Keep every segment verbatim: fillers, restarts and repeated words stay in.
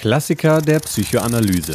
Klassiker der Psychoanalyse.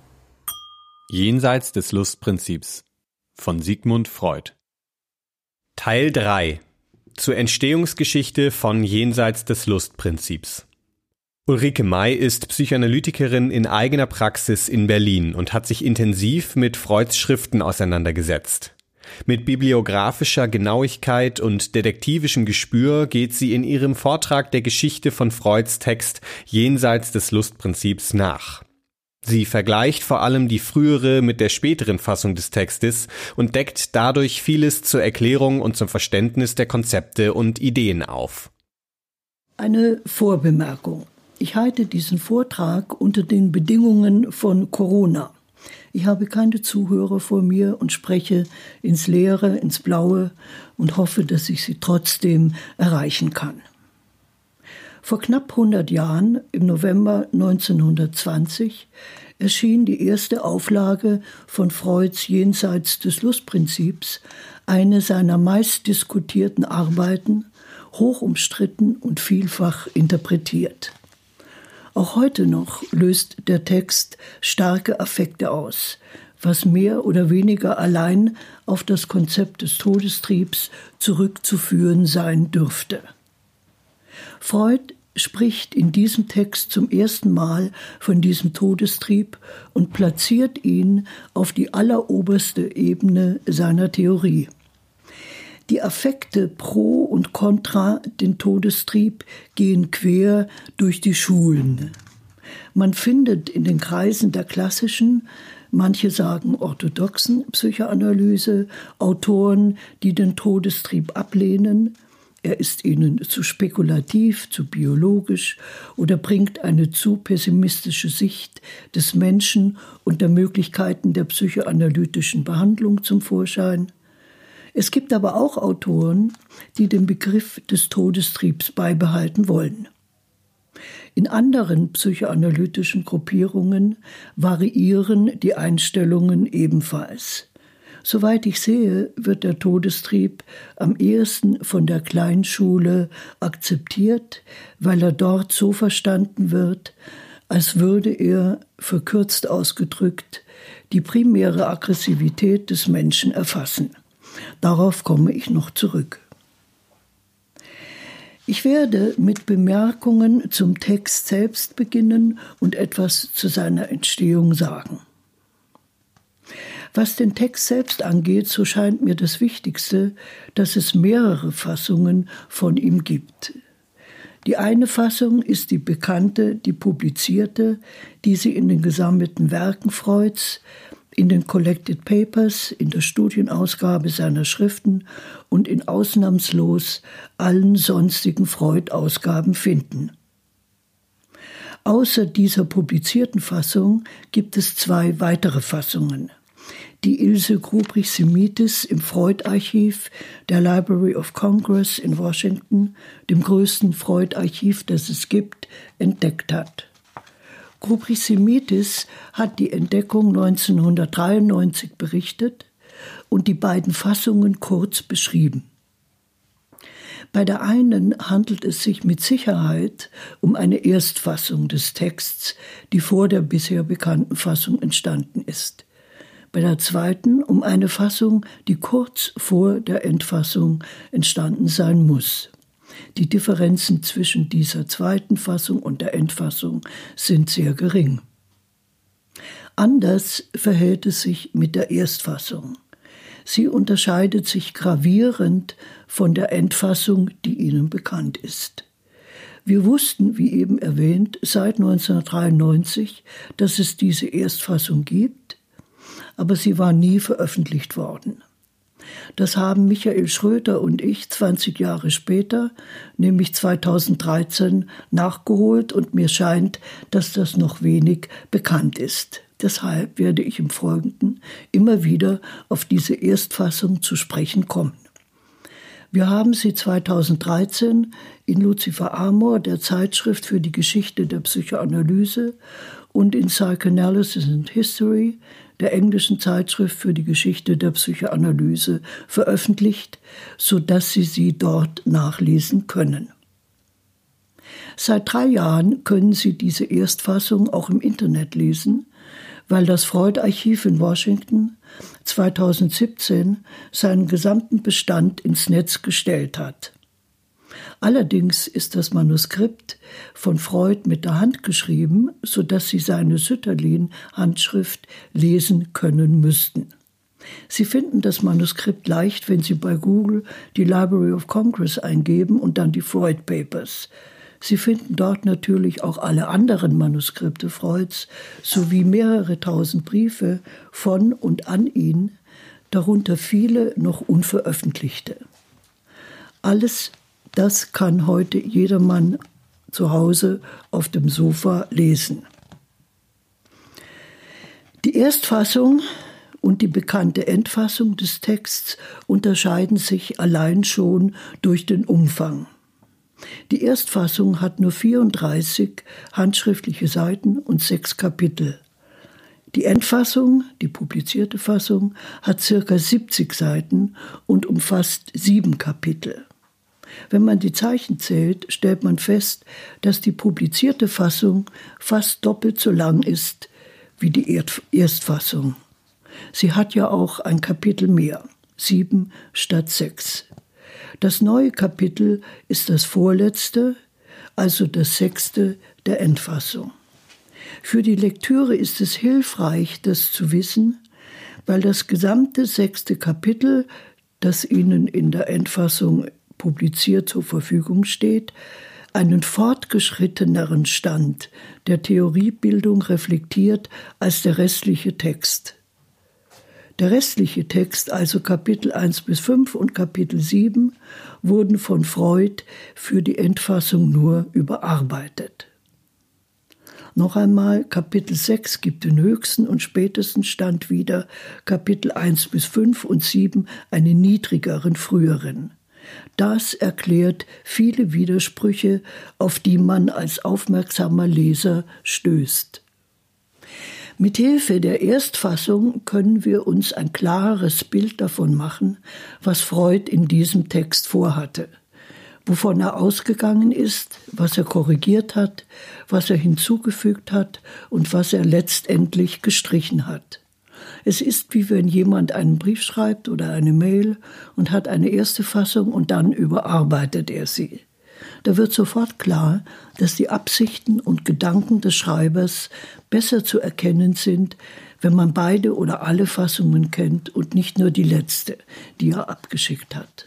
Jenseits des Lustprinzips von Sigmund Freud. Teil drei. Zur Entstehungsgeschichte von Jenseits des Lustprinzips. Ulrike May ist Psychoanalytikerin in eigener Praxis in Berlin und hat sich intensiv mit Freuds Schriften auseinandergesetzt. Mit bibliografischer Genauigkeit und detektivischem Gespür geht sie in ihrem Vortrag der Geschichte von Freuds Text Jenseits des Lustprinzips nach. Sie vergleicht vor allem die frühere mit der späteren Fassung des Textes und deckt dadurch vieles zur Erklärung und zum Verständnis der Konzepte und Ideen auf. Eine Vorbemerkung. Ich halte diesen Vortrag unter den Bedingungen von Corona. Ich habe keine Zuhörer vor mir und spreche ins Leere, ins Blaue und hoffe, dass ich sie trotzdem erreichen kann. Vor knapp hundert Jahren, im November neunzehnhundertzwanzig, erschien die erste Auflage von Freuds Jenseits des Lustprinzips, eine seiner meist diskutierten Arbeiten, hoch umstritten und vielfach interpretiert. Auch heute noch löst der Text starke Affekte aus, was mehr oder weniger allein auf das Konzept des Todestriebs zurückzuführen sein dürfte. Freud spricht in diesem Text zum ersten Mal von diesem Todestrieb und platziert ihn auf die alleroberste Ebene seiner Theorie. Die Affekte pro und contra den Todestrieb gehen quer durch die Schulen. Man findet in den Kreisen der klassischen, manche sagen orthodoxen Psychoanalyse, Autoren, die den Todestrieb ablehnen. Er ist ihnen zu spekulativ, zu biologisch oder bringt eine zu pessimistische Sicht des Menschen und der Möglichkeiten der psychoanalytischen Behandlung zum Vorschein. Es gibt aber auch Autoren, die den Begriff des Todestriebs beibehalten wollen. In anderen psychoanalytischen Gruppierungen variieren die Einstellungen ebenfalls. Soweit ich sehe, wird der Todestrieb am ehesten von der Kleinschule akzeptiert, weil er dort so verstanden wird, als würde er, verkürzt ausgedrückt, die primäre Aggressivität des Menschen erfassen. Darauf komme ich noch zurück. Ich werde mit Bemerkungen zum Text selbst beginnen und etwas zu seiner Entstehung sagen. Was den Text selbst angeht, so scheint mir das Wichtigste, dass es mehrere Fassungen von ihm gibt. Die eine Fassung ist die bekannte, die publizierte, die Sie in den gesammelten Werken Freuds, in den Collected Papers, in der Studienausgabe seiner Schriften und in ausnahmslos allen sonstigen Freud-Ausgaben finden. Außer dieser publizierten Fassung gibt es zwei weitere Fassungen. Die Ilse Grubrich-Semitis im Freud-Archiv der Library of Congress in Washington, dem größten Freud-Archiv, das es gibt, entdeckt hat. Grubrich-Semitis hat die Entdeckung neunzehnhundertdreiundneunzig berichtet und die beiden Fassungen kurz beschrieben. Bei der einen handelt es sich mit Sicherheit um eine Erstfassung des Texts, die vor der bisher bekannten Fassung entstanden ist. Bei der zweiten um eine Fassung, die kurz vor der Endfassung entstanden sein muss. Die Differenzen zwischen dieser zweiten Fassung und der Endfassung sind sehr gering. Anders verhält es sich mit der Erstfassung. Sie unterscheidet sich gravierend von der Endfassung, die Ihnen bekannt ist. Wir wussten, wie eben erwähnt, seit neunzehnhundertdreiundneunzig, dass es diese Erstfassung gibt, aber sie war nie veröffentlicht worden. Das haben Michael Schröter und ich zwanzig Jahre später, nämlich zweitausenddreizehn, nachgeholt und mir scheint, dass das noch wenig bekannt ist. Deshalb werde ich im Folgenden immer wieder auf diese Erstfassung zu sprechen kommen. Wir haben sie zweitausenddreizehn in Lucifer Amor, der Zeitschrift für die Geschichte der Psychoanalyse, und in Psychoanalysis and History, der englischen Zeitschrift für die Geschichte der Psychoanalyse, veröffentlicht, sodass Sie sie dort nachlesen können. Seit drei Jahren können Sie diese Erstfassung auch im Internet lesen, weil das Freud-Archiv in Washington zweitausendsiebzehn seinen gesamten Bestand ins Netz gestellt hat. Allerdings ist das Manuskript von Freud mit der Hand geschrieben, sodass Sie seine Sütterlin-Handschrift lesen können müssten. Sie finden das Manuskript leicht, wenn Sie bei Google die Library of Congress eingeben und dann die Freud Papers. Sie finden dort natürlich auch alle anderen Manuskripte Freuds sowie mehrere tausend Briefe von und an ihn, darunter viele noch unveröffentlichte. Alles das kann heute jedermann zu Hause auf dem Sofa lesen. Die Erstfassung und die bekannte Endfassung des Texts unterscheiden sich allein schon durch den Umfang. Die Erstfassung hat nur vierunddreißig handschriftliche Seiten und sechs Kapitel. Die Endfassung, die publizierte Fassung, hat circa siebzig Seiten und umfasst sieben Kapitel. Wenn man die Zeichen zählt, stellt man fest, dass die publizierte Fassung fast doppelt so lang ist wie die Erstfassung. Sie hat ja auch ein Kapitel mehr, sieben statt sechs. Das neue Kapitel ist das vorletzte, also das sechste der Endfassung. Für die Lektüre ist es hilfreich, das zu wissen, weil das gesamte sechste Kapitel, das Ihnen in der Endfassung publiziert zur Verfügung steht, einen fortgeschritteneren Stand der Theoriebildung reflektiert als der restliche Text. Der restliche Text, also Kapitel eins bis fünf und Kapitel sieben, wurden von Freud für die Endfassung nur überarbeitet. Noch einmal, Kapitel sechs gibt den höchsten und spätesten Stand wieder, Kapitel eins bis fünf und sieben einen niedrigeren, früheren. Das erklärt viele Widersprüche, auf die man als aufmerksamer Leser stößt. Mithilfe der Erstfassung können wir uns ein klareres Bild davon machen, was Freud in diesem Text vorhatte, wovon er ausgegangen ist, was er korrigiert hat, was er hinzugefügt hat und was er letztendlich gestrichen hat. Es ist, wie wenn jemand einen Brief schreibt oder eine Mail und hat eine erste Fassung und dann überarbeitet er sie. Da wird sofort klar, dass die Absichten und Gedanken des Schreibers besser zu erkennen sind, wenn man beide oder alle Fassungen kennt und nicht nur die letzte, die er abgeschickt hat.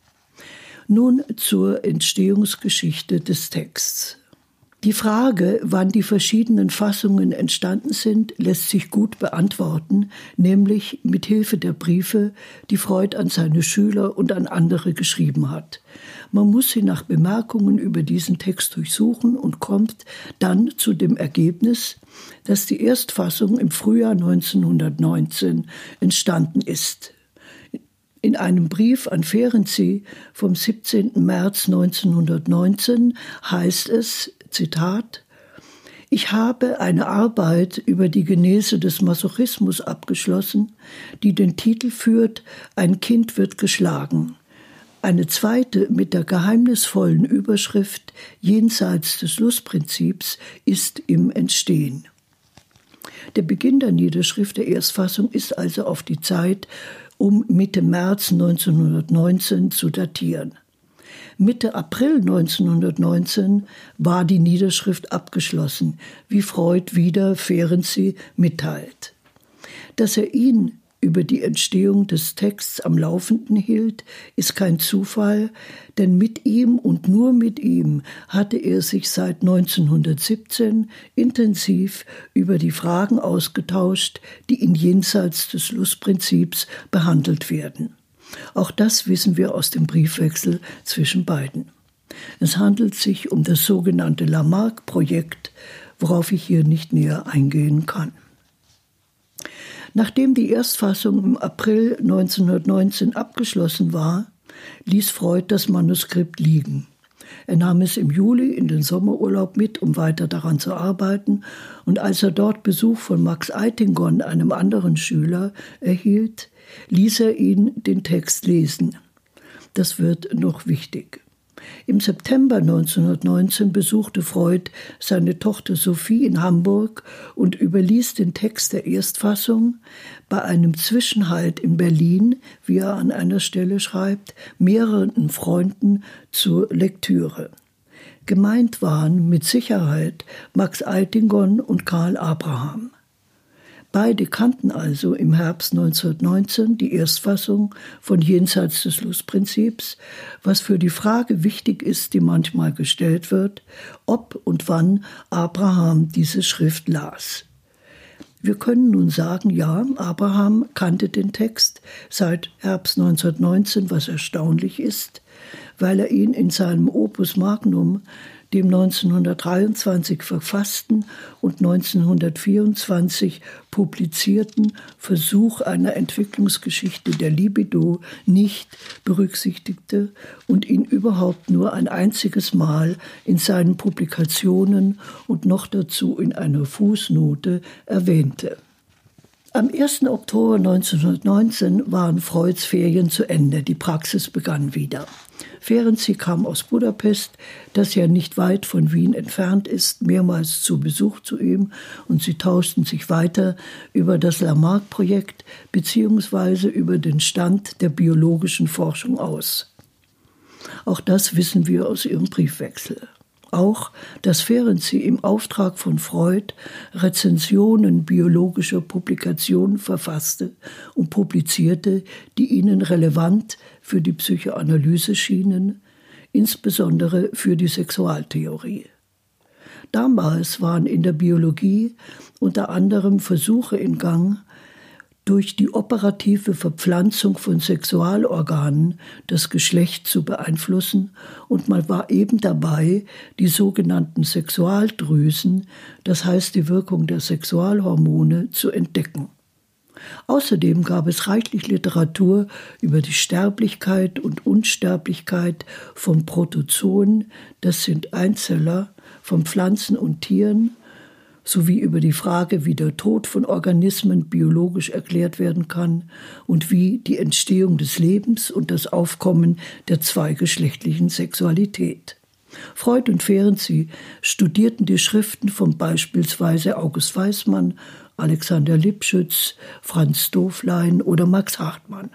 Nun zur Entstehungsgeschichte des Texts. Die Frage, wann die verschiedenen Fassungen entstanden sind, lässt sich gut beantworten, nämlich mit Hilfe der Briefe, die Freud an seine Schüler und an andere geschrieben hat. Man muss sie nach Bemerkungen über diesen Text durchsuchen und kommt dann zu dem Ergebnis, dass die Erstfassung im Frühjahr neunzehnhundertneunzehn entstanden ist. In einem Brief an Ferenczi vom siebzehnten März neunzehnhundertneunzehn heißt es, Zitat: Ich habe eine Arbeit über die Genese des Masochismus abgeschlossen, die den Titel führt »Ein Kind wird geschlagen«. Eine zweite mit der geheimnisvollen Überschrift »Jenseits des Lustprinzips« ist im Entstehen. Der Beginn der Niederschrift der Erstfassung ist also auf die Zeit um Mitte März neunzehnhundertneunzehn zu datieren. Mitte April neunzehnhundertneunzehn war die Niederschrift abgeschlossen, wie Freud wieder Ferenczi mitteilt. Dass er ihn über die Entstehung des Texts am Laufenden hielt, ist kein Zufall, denn mit ihm und nur mit ihm hatte er sich seit neunzehnhundertsiebzehn intensiv über die Fragen ausgetauscht, die in Jenseits des Lustprinzips behandelt werden. Auch das wissen wir aus dem Briefwechsel zwischen beiden. Es handelt sich um das sogenannte Lamarck-Projekt, worauf ich hier nicht näher eingehen kann. Nachdem die Erstfassung im April neunzehnhundertneunzehn abgeschlossen war, ließ Freud das Manuskript liegen. Er nahm es im Juli in den Sommerurlaub mit, um weiter daran zu arbeiten, und als er dort Besuch von Max Eitingon, einem anderen Schüler, erhielt, ließ er ihn den Text lesen. Das wird noch wichtig. Im September neunzehnhundertneunzehn besuchte Freud seine Tochter Sophie in Hamburg und überließ den Text der Erstfassung bei einem Zwischenhalt in Berlin, wie er an einer Stelle schreibt, mehreren Freunden zur Lektüre. Gemeint waren mit Sicherheit Max Eitingon und Karl Abraham. Beide kannten also im Herbst neunzehnhundertneunzehn die Erstfassung von Jenseits des Lustprinzips, was für die Frage wichtig ist, die manchmal gestellt wird, ob und wann Abraham diese Schrift las. Wir können nun sagen, ja, Abraham kannte den Text seit Herbst neunzehnhundertneunzehn, was erstaunlich ist, weil er ihn in seinem Opus Magnum, dem neunzehnhundertdreiundzwanzig verfassten und neunzehnhundertvierundzwanzig publizierten Versuch einer Entwicklungsgeschichte der Libido, nicht berücksichtigte und ihn überhaupt nur ein einziges Mal in seinen Publikationen und noch dazu in einer Fußnote erwähnte. Am ersten Oktober neunzehnhundertneunzehn waren Freuds Ferien zu Ende, die Praxis begann wieder. Ferenczi kam aus Budapest, das ja nicht weit von Wien entfernt ist, mehrmals zu Besuch zu ihm, und sie tauschten sich weiter über das Lamarck-Projekt bzw. über den Stand der biologischen Forschung aus. Auch das wissen wir aus ihrem Briefwechsel. Auch, dass Ferenczi im Auftrag von Freud Rezensionen biologischer Publikationen verfasste und publizierte, die ihnen relevant für die Psychoanalyse schienen, insbesondere für die Sexualtheorie. Damals waren in der Biologie unter anderem Versuche in Gang, durch die operative Verpflanzung von Sexualorganen das Geschlecht zu beeinflussen, und man war eben dabei, die sogenannten Sexualdrüsen, das heißt die Wirkung der Sexualhormone, zu entdecken. Außerdem gab es reichlich Literatur über die Sterblichkeit und Unsterblichkeit von Protozoen, das sind Einzeller, von Pflanzen und Tieren, sowie über die Frage, wie der Tod von Organismen biologisch erklärt werden kann und wie die Entstehung des Lebens und das Aufkommen der zweigeschlechtlichen Sexualität. Freud und Ferenczi studierten die Schriften von beispielsweise August Weismann, Alexander Lipschütz, Franz Doflein oder Max Hartmann.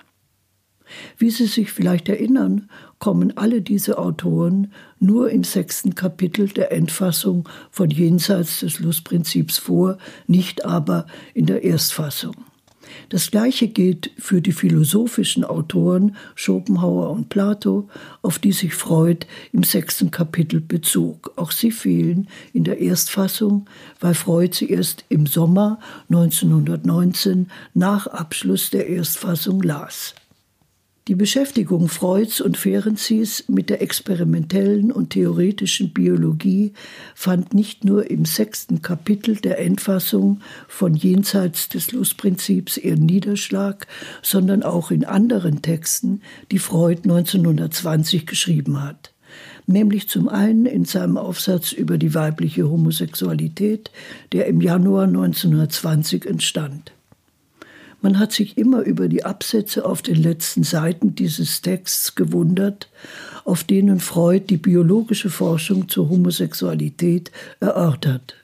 Wie Sie sich vielleicht erinnern, kommen alle diese Autoren nur im sechsten Kapitel der Endfassung von Jenseits des Lustprinzips vor, nicht aber in der Erstfassung. Das Gleiche gilt für die philosophischen Autoren Schopenhauer und Plato, auf die sich Freud im sechsten Kapitel bezog. Auch sie fehlen in der Erstfassung, weil Freud sie erst im Sommer neunzehnhundertneunzehn nach Abschluss der Erstfassung las. Die Beschäftigung Freuds und Ferenzis mit der experimentellen und theoretischen Biologie fand nicht nur im sechsten Kapitel der Endfassung von Jenseits des Lustprinzips ihren Niederschlag, sondern auch in anderen Texten, die Freud neunzehnhundertzwanzig geschrieben hat. Nämlich zum einen in seinem Aufsatz über die weibliche Homosexualität, der im Januar neunzehnhundertzwanzig entstand. Man hat sich immer über die Absätze auf den letzten Seiten dieses Texts gewundert, auf denen Freud die biologische Forschung zur Homosexualität erörtert.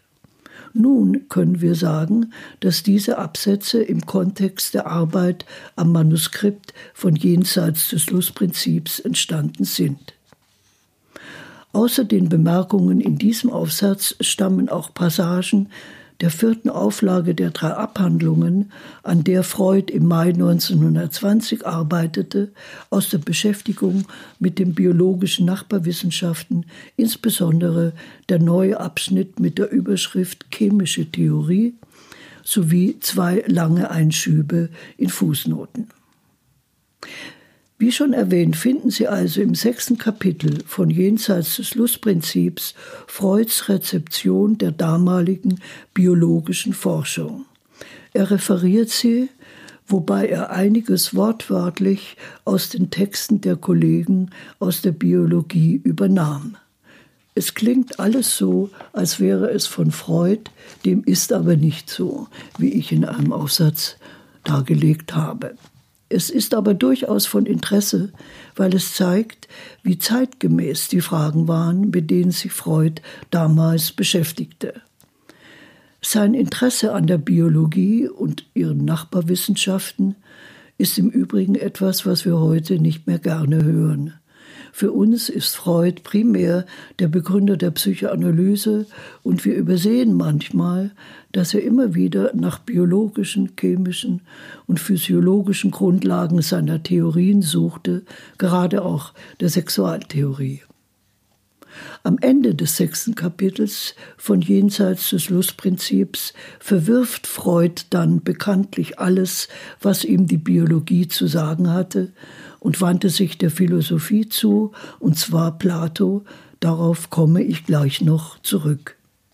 Nun können wir sagen, dass diese Absätze im Kontext der Arbeit am Manuskript von Jenseits des Lustprinzips entstanden sind. Außer den Bemerkungen in diesem Aufsatz stammen auch Passagen der vierten Auflage der drei Abhandlungen, an der Freud im Mai neunzehnhundertzwanzig arbeitete, aus der Beschäftigung mit den biologischen Nachbarwissenschaften, insbesondere der neue Abschnitt mit der Überschrift Chemische Theorie sowie zwei lange Einschübe in Fußnoten. Wie schon erwähnt, finden Sie also im sechsten Kapitel von Jenseits des Lustprinzips Freuds Rezeption der damaligen biologischen Forschung. Er referiert sie, wobei er einiges wortwörtlich aus den Texten der Kollegen aus der Biologie übernahm. Es klingt alles so, als wäre es von Freud, dem ist aber nicht so, wie ich in einem Aufsatz dargelegt habe. Es ist aber durchaus von Interesse, weil es zeigt, wie zeitgemäß die Fragen waren, mit denen sich Freud damals beschäftigte. Sein Interesse an der Biologie und ihren Nachbarwissenschaften ist im Übrigen etwas, was wir heute nicht mehr gerne hören. Für uns ist Freud primär der Begründer der Psychoanalyse und wir übersehen manchmal, dass er immer wieder nach biologischen, chemischen und physiologischen Grundlagen seiner Theorien suchte, gerade auch der Sexualtheorie. Am Ende des sechsten Kapitels von Jenseits des Lustprinzips verwirft Freud dann bekanntlich alles, was ihm die Biologie zu sagen hatte, und wandte sich der Philosophie zu, und zwar Plato. Darauf komme ich gleich noch zurück.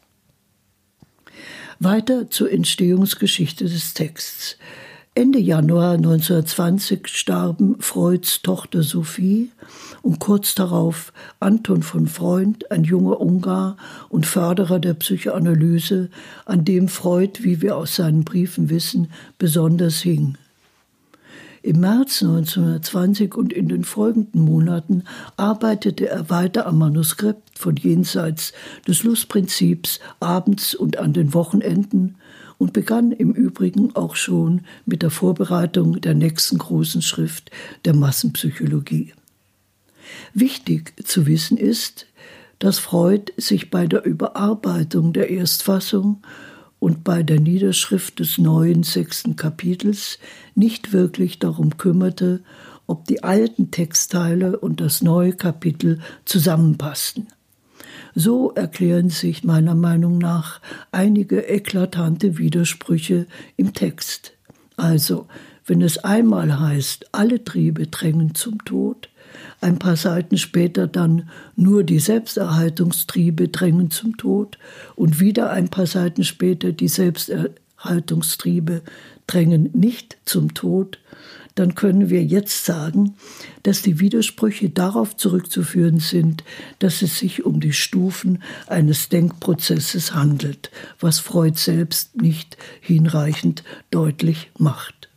Weiter zur Entstehungsgeschichte des Texts. Ende Januar neunzehnhundertzwanzig starben Freuds Tochter Sophie und kurz darauf Anton von Freund, ein junger Ungar und Förderer der Psychoanalyse, an dem Freud, wie wir aus seinen Briefen wissen, besonders hing. Im März neunzehnhundertzwanzig und in den folgenden Monaten arbeitete er weiter am Manuskript von Jenseits des Lustprinzips abends und an den Wochenenden und begann im Übrigen auch schon mit der Vorbereitung der nächsten großen Schrift der Massenpsychologie. Wichtig zu wissen ist, dass Freud sich bei der Überarbeitung der Erstfassung und bei der Niederschrift des neuen sechsten Kapitels nicht wirklich darum kümmerte, ob die alten Textteile und das neue Kapitel zusammenpassten. So erklären sich meiner Meinung nach einige eklatante Widersprüche im Text. Also, wenn es einmal heißt, alle Triebe drängen zum Tod, ein paar Seiten später dann nur die Selbsterhaltungstriebe drängen zum Tod und wieder ein paar Seiten später die Selbsterhaltungstriebe drängen nicht zum Tod, dann können wir jetzt sagen, dass die Widersprüche darauf zurückzuführen sind, dass es sich um die Stufen eines Denkprozesses handelt, was Freud selbst nicht hinreichend deutlich macht.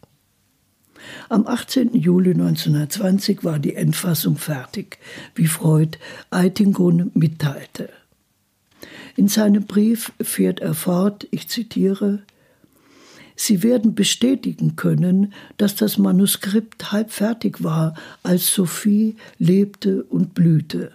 Am achtzehnten Juli neunzehnhundertzwanzig war die Endfassung fertig, wie Freud Eitingon mitteilte. In seinem Brief fährt er fort, ich zitiere: Sie werden bestätigen können, dass das Manuskript halb fertig war, als Sophie lebte und blühte.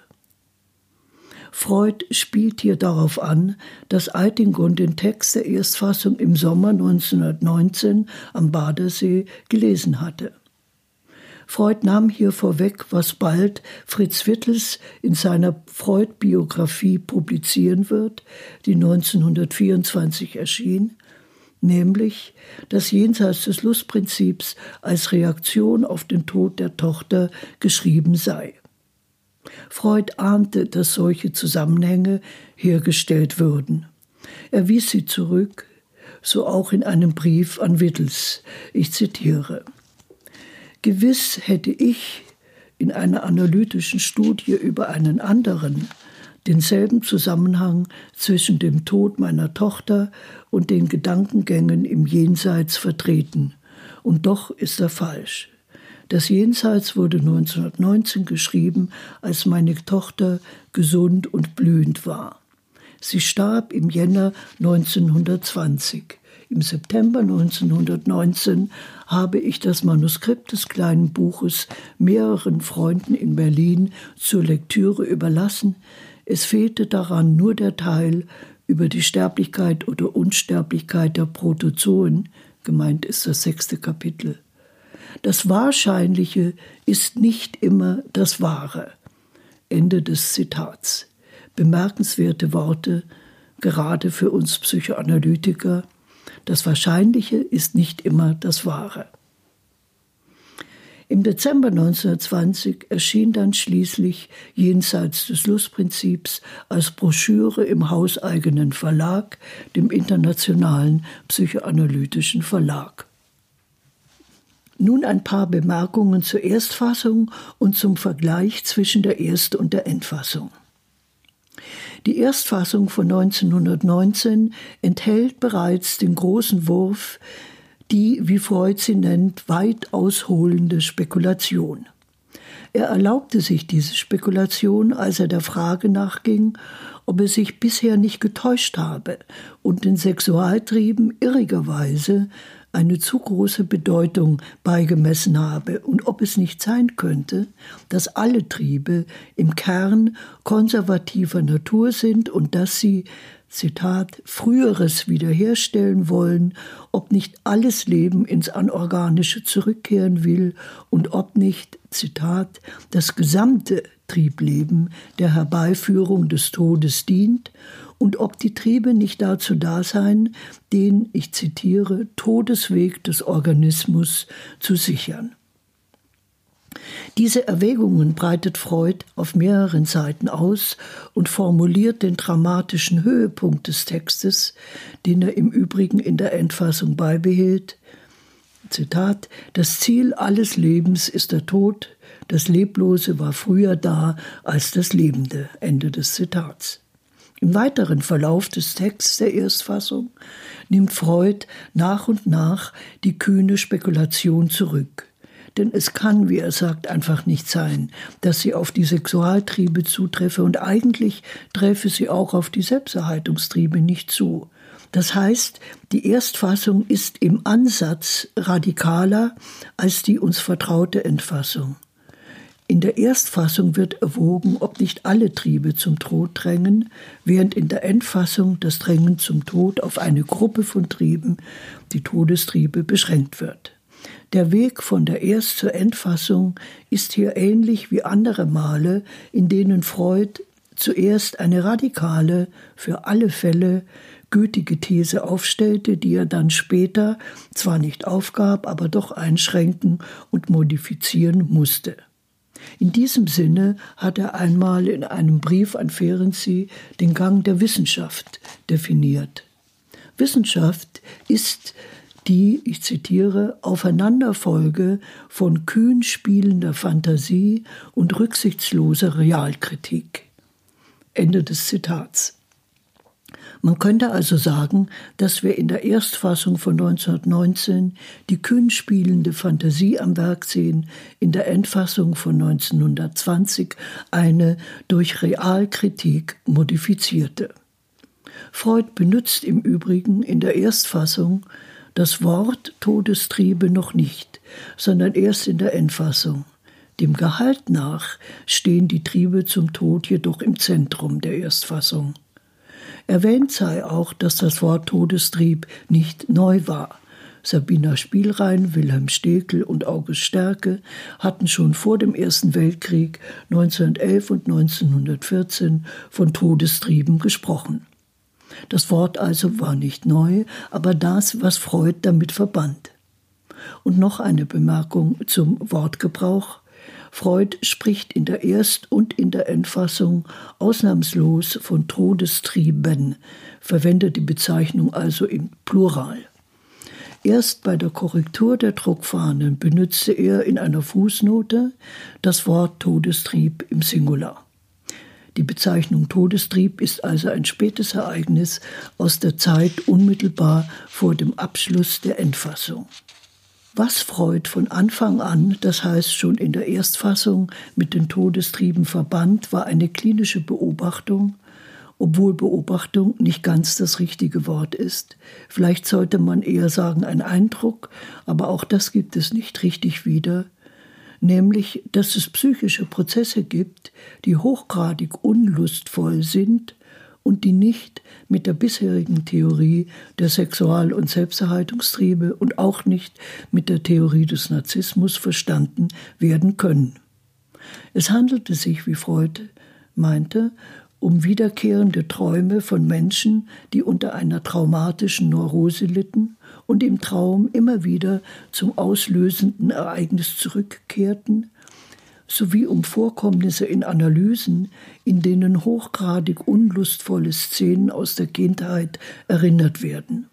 Freud spielt hier darauf an, dass Eitingon den Text der Erstfassung im Sommer neunzehnhundertneunzehn am Badersee gelesen hatte. Freud nahm hier vorweg, was bald Fritz Wittels in seiner Freud-Biografie publizieren wird, die neunzehnhundertvierundzwanzig erschien, nämlich, dass Jenseits des Lustprinzips als Reaktion auf den Tod der Tochter geschrieben sei. Freud ahnte, dass solche Zusammenhänge hergestellt würden. Er wies sie zurück, so auch in einem Brief an Wittels. Ich zitiere: Gewiss hätte ich in einer analytischen Studie über einen anderen denselben Zusammenhang zwischen dem Tod meiner Tochter und den Gedankengängen im Jenseits vertreten. Und doch ist er falsch. Das Jenseits wurde neunzehnhundertneunzehn geschrieben, als meine Tochter gesund und blühend war. Sie starb im Jänner neunzehnhundertzwanzig. Im September neunzehnhundertneunzehn habe ich das Manuskript des kleinen Buches mehreren Freunden in Berlin zur Lektüre überlassen. Es fehlte daran nur der Teil über die Sterblichkeit oder Unsterblichkeit der Protozoen, gemeint ist das sechste Kapitel. Das Wahrscheinliche ist nicht immer das Wahre. Ende des Zitats. Bemerkenswerte Worte, gerade für uns Psychoanalytiker. Das Wahrscheinliche ist nicht immer das Wahre. Im Dezember neunzehnhundertzwanzig erschien dann schließlich Jenseits des Lustprinzips als Broschüre im hauseigenen Verlag, dem Internationalen Psychoanalytischen Verlag. Nun ein paar Bemerkungen zur Erstfassung und zum Vergleich zwischen der Erst- und der Endfassung. Die Erstfassung von neunzehnhundertneunzehn enthält bereits den großen Wurf, die, wie Freud sie nennt, weit ausholende Spekulation. Er erlaubte sich diese Spekulation, als er der Frage nachging, ob er sich bisher nicht getäuscht habe und den Sexualtrieben irrigerweise eine zu große Bedeutung beigemessen habe und ob es nicht sein könnte, dass alle Triebe im Kern konservativer Natur sind und dass sie, Zitat, Früheres wiederherstellen wollen, ob nicht alles Leben ins Anorganische zurückkehren will und ob nicht, Zitat, das gesamte Triebleben der Herbeiführung des Todes dient und ob die Triebe nicht dazu da seien, den, ich zitiere, Todesweg des Organismus zu sichern. Diese Erwägungen breitet Freud auf mehreren Seiten aus und formuliert den dramatischen Höhepunkt des Textes, den er im Übrigen in der Endfassung beibehält. Zitat: Das Ziel alles Lebens ist der Tod, das Leblose war früher da als das Lebende. Ende des Zitats. Im weiteren Verlauf des Texts der Erstfassung nimmt Freud nach und nach die kühne Spekulation zurück. Denn es kann, wie er sagt, einfach nicht sein, dass sie auf die Sexualtriebe zutreffe und eigentlich treffe sie auch auf die Selbsterhaltungstriebe nicht zu. Das heißt, die Erstfassung ist im Ansatz radikaler als die uns vertraute Endfassung. In der Erstfassung wird erwogen, ob nicht alle Triebe zum Tod drängen, während in der Endfassung das Drängen zum Tod auf eine Gruppe von Trieben, die Todestriebe, beschränkt wird. Der Weg von der Erst- zur Endfassung ist hier ähnlich wie andere Male, in denen Freud zuerst eine radikale, für alle Fälle gültige These aufstellte, die er dann später zwar nicht aufgab, aber doch einschränken und modifizieren musste. In diesem Sinne hat er einmal in einem Brief an Ferenczi den Gang der Wissenschaft definiert. Wissenschaft ist die, ich zitiere, Aufeinanderfolge von kühn spielender Fantasie und rücksichtsloser Realkritik. Ende des Zitats. Man könnte also sagen, dass wir in der Erstfassung von neunzehnhundertneunzehn die kühn spielende Fantasie am Werk sehen, in der Endfassung von neunzehnhundertzwanzig eine durch Realkritik modifizierte. Freud benutzt im Übrigen in der Erstfassung das Wort Todestriebe noch nicht, sondern erst in der Endfassung. Dem Gehalt nach stehen die Triebe zum Tod jedoch im Zentrum der Erstfassung. Erwähnt sei auch, dass das Wort Todestrieb nicht neu war. Sabina Spielrein, Wilhelm Stekel und August Stärke hatten schon vor dem Ersten Weltkrieg neunzehnhundertelf und neunzehnhundertvierzehn von Todestrieben gesprochen. Das Wort also war nicht neu, aber das, was Freud damit verband. Und noch eine Bemerkung zum Wortgebrauch. Freud spricht in der Erst- und in der Endfassung ausnahmslos von Todestrieben, verwendet die Bezeichnung also im Plural. Erst bei der Korrektur der Druckfahnen benutzte er in einer Fußnote das Wort Todestrieb im Singular. Die Bezeichnung Todestrieb ist also ein spätes Ereignis aus der Zeit unmittelbar vor dem Abschluss der Endfassung. Was Freud von Anfang an, das heißt schon in der Erstfassung, mit den Todestrieben verband, war eine klinische Beobachtung, obwohl Beobachtung nicht ganz das richtige Wort ist. Vielleicht sollte man eher sagen ein Eindruck, aber auch das gibt es nicht richtig wieder, nämlich, dass es psychische Prozesse gibt, die hochgradig unlustvoll sind und die nicht mit der bisherigen Theorie der Sexual- und Selbsterhaltungstriebe und auch nicht mit der Theorie des Narzissmus verstanden werden können. Es handelte sich, wie Freud meinte, um wiederkehrende Träume von Menschen, die unter einer traumatischen Neurose litten und im Traum immer wieder zum auslösenden Ereignis zurückkehrten, sowie um Vorkommnisse in Analysen, in denen hochgradig unlustvolle Szenen aus der Kindheit erinnert werden.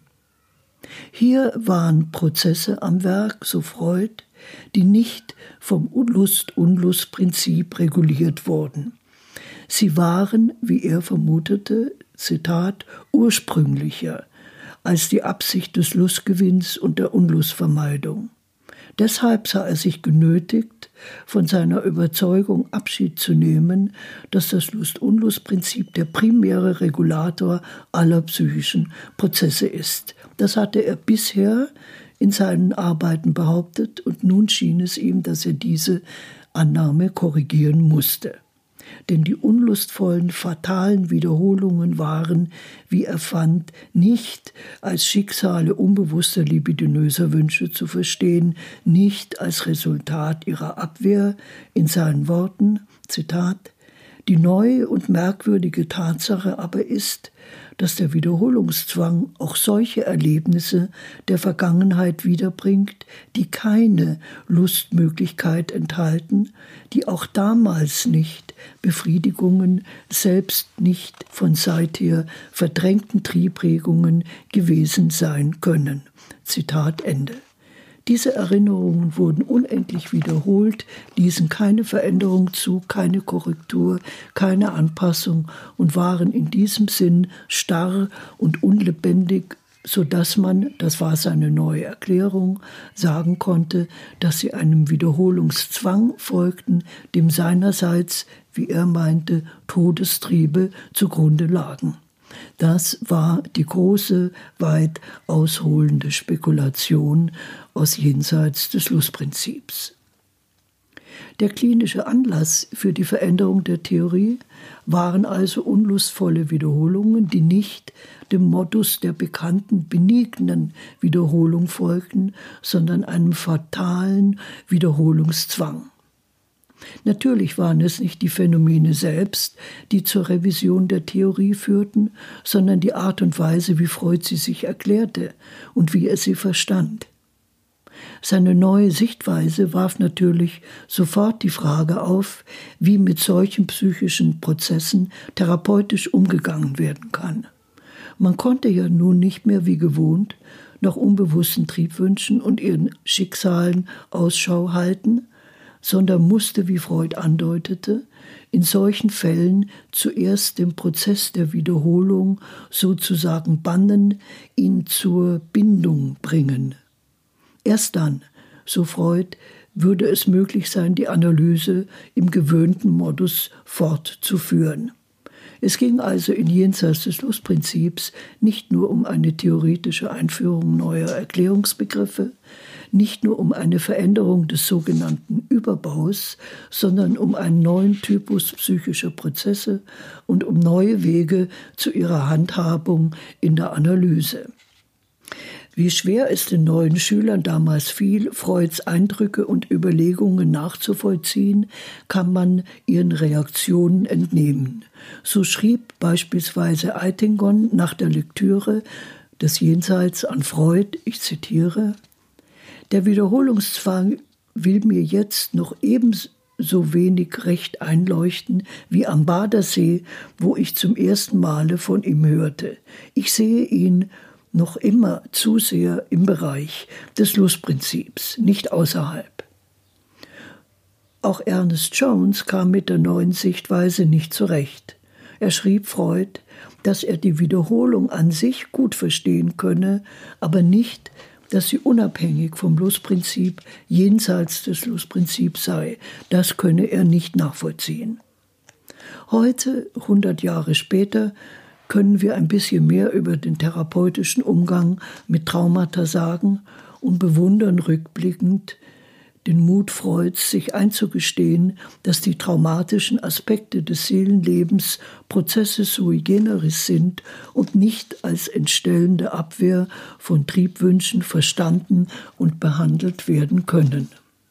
Hier waren Prozesse am Werk, so Freud, die nicht vom Lust-Unlust-Prinzip reguliert wurden. Sie waren, wie er vermutete, Zitat, ursprünglicher, als die Absicht des Lustgewinns und der Unlustvermeidung. Deshalb sah er sich genötigt, von seiner Überzeugung Abschied zu nehmen, dass das Lust-Unlust-Prinzip der primäre Regulator aller psychischen Prozesse ist. Das hatte er bisher in seinen Arbeiten behauptet, und nun schien es ihm, dass er diese Annahme korrigieren musste. Denn die unlustvollen, fatalen Wiederholungen waren, wie er fand, nicht als Schicksale unbewusster libidinöser Wünsche zu verstehen, nicht als Resultat ihrer Abwehr, in seinen Worten, Zitat, die neue und merkwürdige Tatsache aber ist, dass der Wiederholungszwang auch solche Erlebnisse der Vergangenheit wiederbringt, die keine Lustmöglichkeit enthalten, die auch damals nicht Befriedigungen, selbst nicht von seither verdrängten Triebregungen gewesen sein können. Zitat Ende. Diese Erinnerungen wurden unendlich wiederholt, ließen keine Veränderung zu, keine Korrektur, keine Anpassung und waren in diesem Sinn starr und unlebendig, sodass man, das war seine neue Erklärung, sagen konnte, dass sie einem Wiederholungszwang folgten, dem seinerseits, wie er meinte, Todestriebe zugrunde lagen. Das war die große, weit ausholende Spekulation aus Jenseits des Lustprinzips. Der klinische Anlass für die Veränderung der Theorie waren also unlustvolle Wiederholungen, die nicht dem Modus der bekannten benignen Wiederholung folgten, sondern einem fatalen Wiederholungszwang. Natürlich waren es nicht die Phänomene selbst, die zur Revision der Theorie führten, sondern die Art und Weise, wie Freud sie sich erklärte und wie er sie verstand. Seine neue Sichtweise warf natürlich sofort die Frage auf, wie mit solchen psychischen Prozessen therapeutisch umgegangen werden kann. Man konnte ja nun nicht mehr wie gewohnt nach unbewussten Triebwünschen und ihren Schicksalen Ausschau halten, sondern musste, wie Freud andeutete, in solchen Fällen zuerst den Prozess der Wiederholung sozusagen bannen, ihn zur Bindung bringen. Erst dann, so Freud, würde es möglich sein, die Analyse im gewöhnten Modus fortzuführen. Es ging also in Jenseits des Lustprinzips nicht nur um eine theoretische Einführung neuer Erklärungsbegriffe, nicht nur um eine Veränderung des sogenannten Überbaus, sondern um einen neuen Typus psychischer Prozesse und um neue Wege zu ihrer Handhabung in der Analyse. Wie schwer es den neuen Schülern damals fiel, Freuds Eindrücke und Überlegungen nachzuvollziehen, kann man ihren Reaktionen entnehmen. So schrieb beispielsweise Eitingon nach der Lektüre des Jenseits an Freud, ich zitiere, der Wiederholungszwang will mir jetzt noch ebenso wenig recht einleuchten wie am Badersee, wo ich zum ersten Male von ihm hörte. Ich sehe ihn noch immer zu sehr im Bereich des Lustprinzips, nicht außerhalb. Auch Ernest Jones kam mit der neuen Sichtweise nicht zurecht. Er schrieb Freud, dass er die Wiederholung an sich gut verstehen könne, aber nicht, dass sie unabhängig vom Lustprinzip jenseits des Lustprinzips sei. Das könne er nicht nachvollziehen. Heute, hundert Jahre später, können wir ein bisschen mehr über den therapeutischen Umgang mit Traumata sagen und bewundern rückblickend den Mut Freuds, sich einzugestehen, dass die traumatischen Aspekte des Seelenlebens Prozesse sui generis sind und nicht als entstellende Abwehr von Triebwünschen verstanden und behandelt werden können.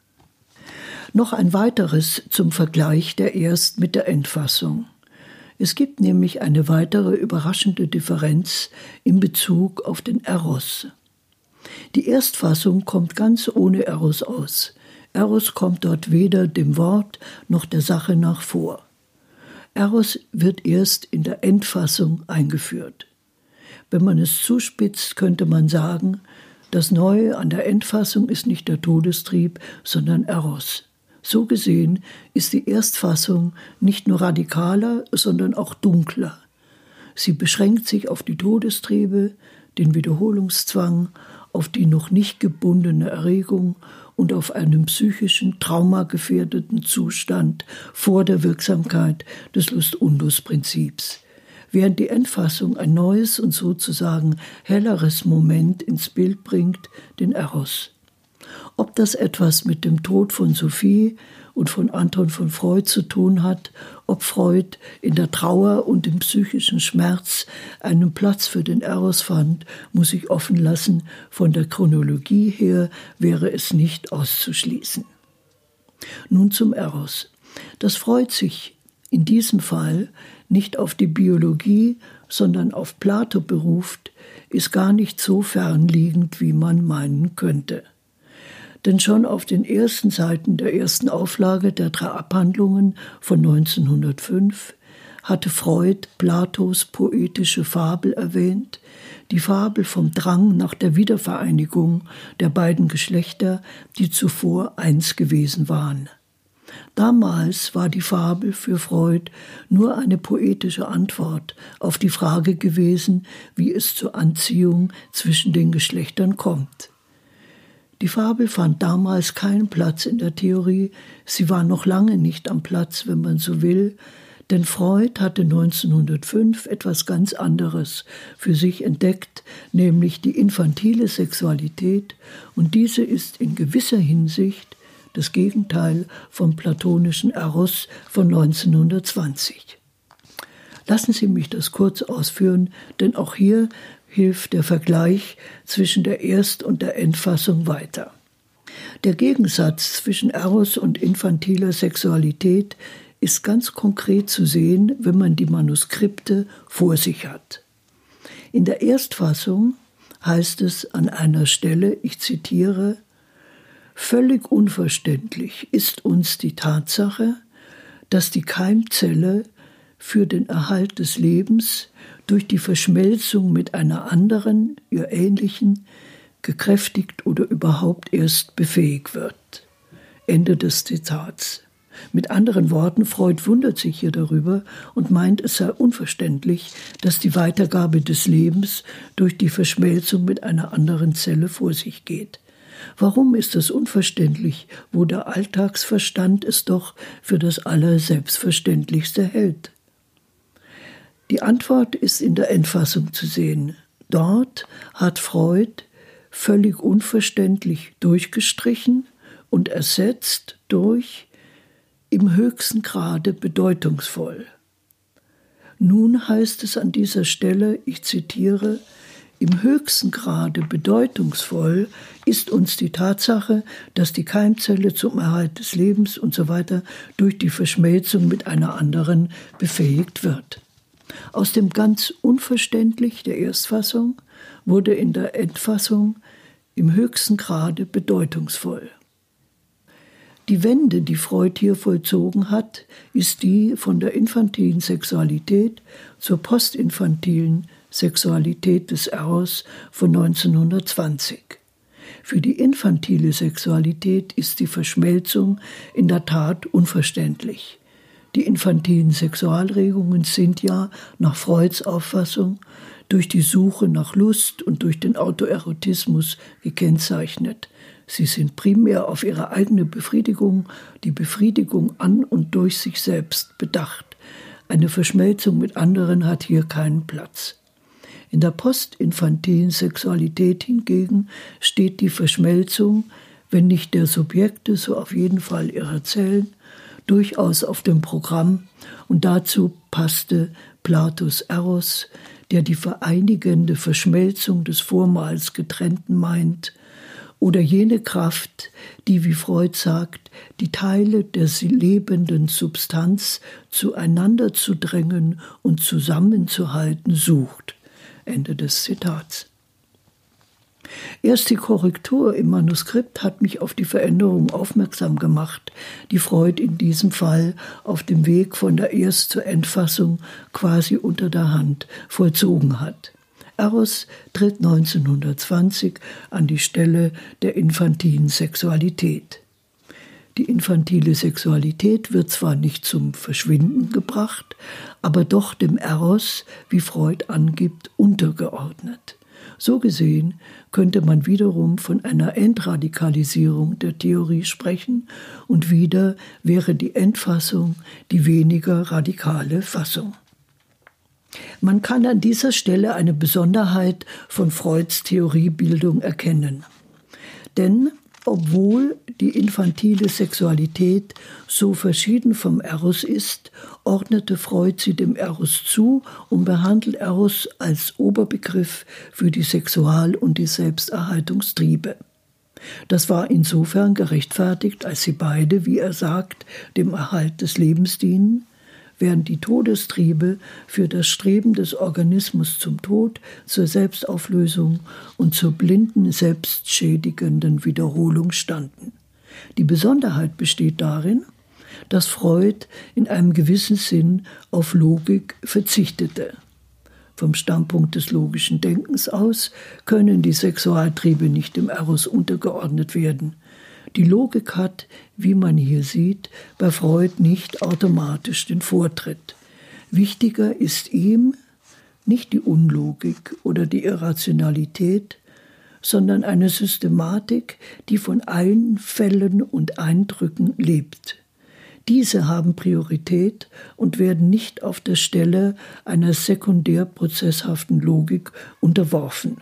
Noch ein weiteres zum Vergleich der Erst- mit der Endfassung. Es gibt nämlich eine weitere überraschende Differenz in Bezug auf den Eros. Die Erstfassung kommt ganz ohne Eros aus. Eros kommt dort weder dem Wort noch der Sache nach vor. Eros wird erst in der Endfassung eingeführt. Wenn man es zuspitzt, könnte man sagen, das Neue an der Endfassung ist nicht der Todestrieb, sondern Eros. So gesehen ist die Erstfassung nicht nur radikaler, sondern auch dunkler. Sie beschränkt sich auf die Todestriebe, den Wiederholungszwang, auf die noch nicht gebundene Erregung und auf einen psychischen, traumagefährdeten Zustand vor der Wirksamkeit des Lust-Unlust-Prinzips, während die Endfassung ein neues und sozusagen helleres Moment ins Bild bringt, den Eros. Ob das etwas mit dem Tod von Sophie und von Anton von Freud zu tun hat, ob Freud in der Trauer und im psychischen Schmerz einen Platz für den Eros fand, muss ich offen lassen. Von der Chronologie her wäre es nicht auszuschließen. Nun zum Eros. Dass Freud sich in diesem Fall nicht auf die Biologie, sondern auf Plato beruft, ist gar nicht so fernliegend, wie man meinen könnte. Denn schon auf den ersten Seiten der ersten Auflage der drei Abhandlungen von neunzehnhundertfünf hatte Freud Platos poetische Fabel erwähnt, die Fabel vom Drang nach der Wiedervereinigung der beiden Geschlechter, die zuvor eins gewesen waren. Damals war die Fabel für Freud nur eine poetische Antwort auf die Frage gewesen, wie es zur Anziehung zwischen den Geschlechtern kommt. Die Fabel fand damals keinen Platz in der Theorie, sie war noch lange nicht am Platz, wenn man so will, denn Freud hatte neunzehnhundertfünf etwas ganz anderes für sich entdeckt, nämlich die infantile Sexualität, und diese ist in gewisser Hinsicht das Gegenteil vom platonischen Eros von neunzehnhundertzwanzig. Lassen Sie mich das kurz ausführen, denn auch hier hilft der Vergleich zwischen der Erst- und der Endfassung weiter. Der Gegensatz zwischen Eros und infantiler Sexualität ist ganz konkret zu sehen, wenn man die Manuskripte vor sich hat. In der Erstfassung heißt es an einer Stelle, ich zitiere, »Völlig unverständlich ist uns die Tatsache, dass die Keimzelle für den Erhalt des Lebens durch die Verschmelzung mit einer anderen, ihr ähnlichen, gekräftigt oder überhaupt erst befähigt wird.« Ende des Zitats. Mit anderen Worten, Freud wundert sich hier darüber und meint, es sei unverständlich, dass die Weitergabe des Lebens durch die Verschmelzung mit einer anderen Zelle vor sich geht. Warum ist das unverständlich, wo der Alltagsverstand es doch für das Allerselbstverständlichste hält? Die Antwort ist in der Endfassung zu sehen. Dort hat Freud völlig unverständlich durchgestrichen und ersetzt durch im höchsten Grade bedeutungsvoll. Nun heißt es an dieser Stelle, ich zitiere, im höchsten Grade bedeutungsvoll ist uns die Tatsache, dass die Keimzelle zum Erhalt des Lebens und so weiter durch die Verschmelzung mit einer anderen befähigt wird. Aus dem ganz unverständlich der Erstfassung wurde in der Endfassung im höchsten Grade bedeutungsvoll. Die Wende, die Freud hier vollzogen hat, ist die von der infantilen Sexualität zur postinfantilen Sexualität des Eros von neunzehnhundertzwanzig. Für die infantile Sexualität ist die Verschmelzung in der Tat unverständlich. Die infantilen Sexualregungen sind ja, nach Freuds Auffassung, durch die Suche nach Lust und durch den Autoerotismus gekennzeichnet. Sie sind primär auf ihre eigene Befriedigung, die Befriedigung an und durch sich selbst bedacht. Eine Verschmelzung mit anderen hat hier keinen Platz. In der postinfantilen Sexualität hingegen steht die Verschmelzung, wenn nicht der Subjekte, so auf jeden Fall ihrer Zellen, durchaus auf dem Programm, und dazu passte Platos Eros, der die vereinigende Verschmelzung des vormals Getrennten meint, oder jene Kraft, die, wie Freud sagt, die Teile der lebenden Substanz zueinander zu drängen und zusammenzuhalten sucht. Ende des Zitats. Erst die Korrektur im Manuskript hat mich auf die Veränderung aufmerksam gemacht, die Freud in diesem Fall auf dem Weg von der Erst- zur Endfassung quasi unter der Hand vollzogen hat. Eros tritt neunzehnhundertzwanzig an die Stelle der infantilen Sexualität. Die infantile Sexualität wird zwar nicht zum Verschwinden gebracht, aber doch dem Eros, wie Freud angibt, untergeordnet. So gesehen könnte man wiederum von einer Entradikalisierung der Theorie sprechen und wieder wäre die Endfassung die weniger radikale Fassung. Man kann an dieser Stelle eine Besonderheit von Freuds Theoriebildung erkennen. Denn obwohl die infantile Sexualität so verschieden vom Eros ist, ordnete Freud sie dem Eros zu und behandelt Eros als Oberbegriff für die Sexual- und die Selbsterhaltungstriebe. Das war insofern gerechtfertigt, als sie beide, wie er sagt, dem Erhalt des Lebens dienen, während die Todestriebe für das Streben des Organismus zum Tod, zur Selbstauflösung und zur blinden, selbstschädigenden Wiederholung standen. Die Besonderheit besteht darin, dass Freud in einem gewissen Sinn auf Logik verzichtete. Vom Standpunkt des logischen Denkens aus können die Sexualtriebe nicht dem Eros untergeordnet werden. Die Logik hat, wie man hier sieht, bei Freud nicht automatisch den Vortritt. Wichtiger ist ihm nicht die Unlogik oder die Irrationalität, sondern eine Systematik, die von Einfällen und Eindrücken lebt. Diese haben Priorität und werden nicht auf der Stelle einer sekundärprozesshaften Logik unterworfen,